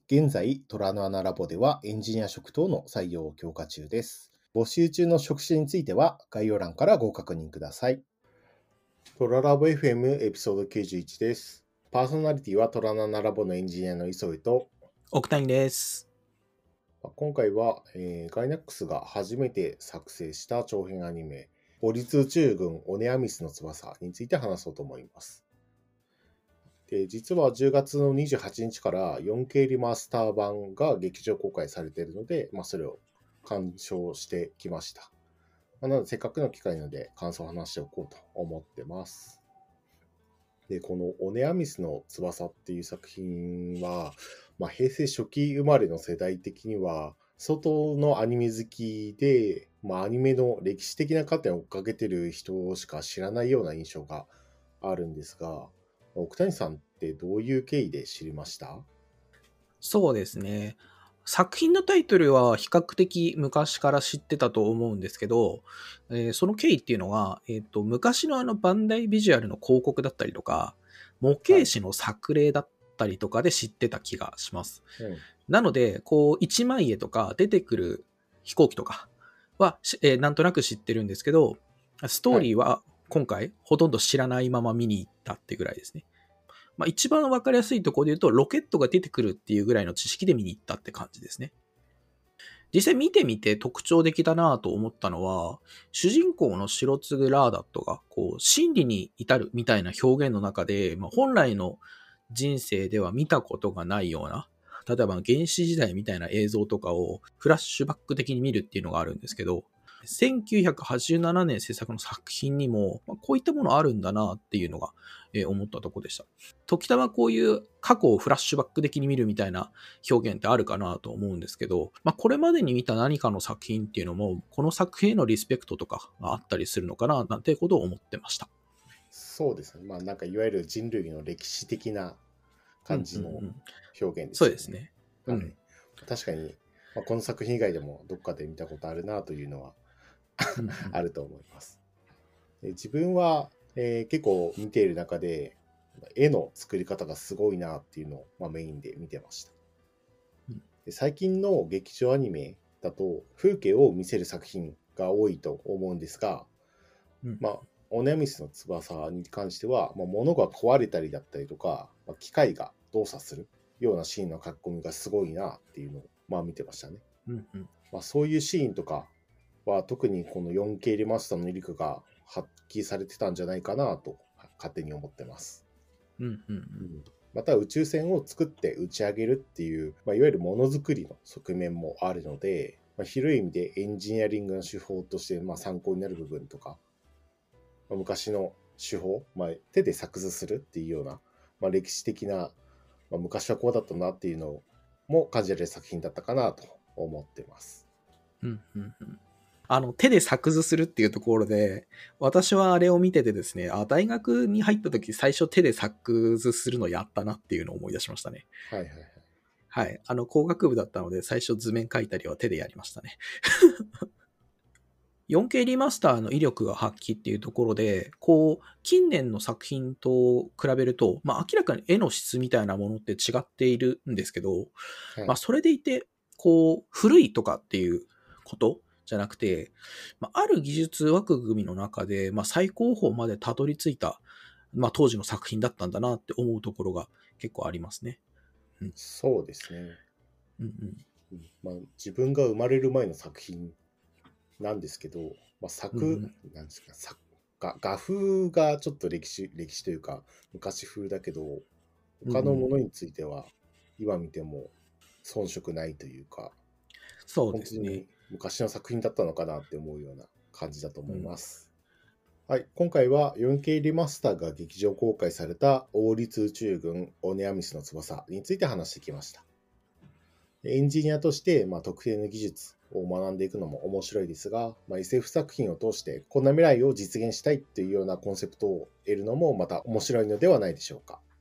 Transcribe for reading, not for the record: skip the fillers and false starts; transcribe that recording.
現在、虎の穴ラボではエンジニア職等の採用を強化中です。募集中の職種については概要欄からご確認ください。トララボ FM エピソード91です。パーソナリティは虎の穴ラボのエンジニアの磯井と奥谷です。 今回は、ガイナックスが初めて作成した長編アニメ法律宇宙軍オネアミスの翼について話そうと思います。で、実は10月の28日から 4K リマスター版が劇場公開されているので、それを鑑賞してきました。なので、せっかくの機会なので感想を話しておこうと思ってます。で、このオネアミスの翼っていう作品は、平成初期生まれの世代的には、外のアニメ好きで、アニメの歴史的な観点を追っかけてる人しか知らないような印象があるんですが、奥谷さんってどういう経緯で知りました？ そうですね。作品のタイトルは比較的昔から知ってたと思うんですけど、その経緯っていうのは、昔のバンダイビジュアルの広告だったりとか、模型師の作例だったりとかで知ってた気がします。なので、一枚絵とか出てくる飛行機とかは、なんとなく知ってるんですけど、ストーリーは今回ほとんど知らないまま見に行ったってぐらいですね。一番わかりやすいところで言うと、ロケットが出てくるっていうぐらいの知識で見に行ったって感じですね。実際見てみて特徴的だなと思ったのは、主人公の白継ラーダットが、真理に至るみたいな表現の中で、本来の人生では見たことがないような、例えば原始時代みたいな映像とかをフラッシュバック的に見るっていうのがあるんですけど、1987年制作の作品にも、こういったものあるんだなっていうのが、思ったところでした。時たまこういう過去をフラッシュバック的に見るみたいな表現ってあるかなと思うんですけど、これまでに見た何かの作品っていうのも、この作品へのリスペクトとかがあったりするのかななんてことを思ってました。 そうですね。いわゆる人類の歴史的な感じの表現ですよね。 そうですね。 はい。確かに、この作品以外でもどっかで見たことあるなというのはあると思います。で自分は、結構見ている中で、絵の作り方がすごいなっていうのを、メインで見てました。で最近の劇場アニメだと風景を見せる作品が多いと思うんですが、オネアミスの翼に関しては、物が壊れたりだったりとか、機械が動作するようなシーンの書き込みがすごいなっていうのを、見てましたね。そういうシーンとかは特にこの 4K リマスターの威力が発揮されてたんじゃないかなと勝手に思ってます。また宇宙船を作って打ち上げるっていう、いわゆるものづくりの側面もあるので、広い意味でエンジニアリングの手法として、参考になる部分とか、昔の手法、手で作図するっていうような、歴史的な、昔はこうだったなっていうのも感じられる作品だったかなと思ってます。 手で作図するっていうところで、私はあれを見ててですね、大学に入った時最初手で作図するのやったなっていうのを思い出しましたね。はい。工学部だったので最初図面描いたりは手でやりましたね。4K リマスターの威力が発揮っていうところで、近年の作品と比べると、明らかに絵の質みたいなものって違っているんですけど、それでいて、古いとかっていうことじゃなくて、ある技術枠組みの中で、最高峰までたどり着いた、当時の作品だったんだなって思うところが結構ありますね。 そうですね。自分が生まれる前の作品なんですけど、なんですか、画風がちょっと歴史というか昔風だけど、他のものについては今見ても遜色ないというか、 そうですね。 本当に昔の作品だったのかなって思うような感じだと思います。はい、今回は 4K リマスターが劇場公開された王立宇宙軍オネアミスの翼について話してきました。エンジニアとして、特定の技術を学んでいくのも面白いですが、SF 作品を通してこんな未来を実現したいっていうようなコンセプトを得るのもまた面白いのではないでしょうか。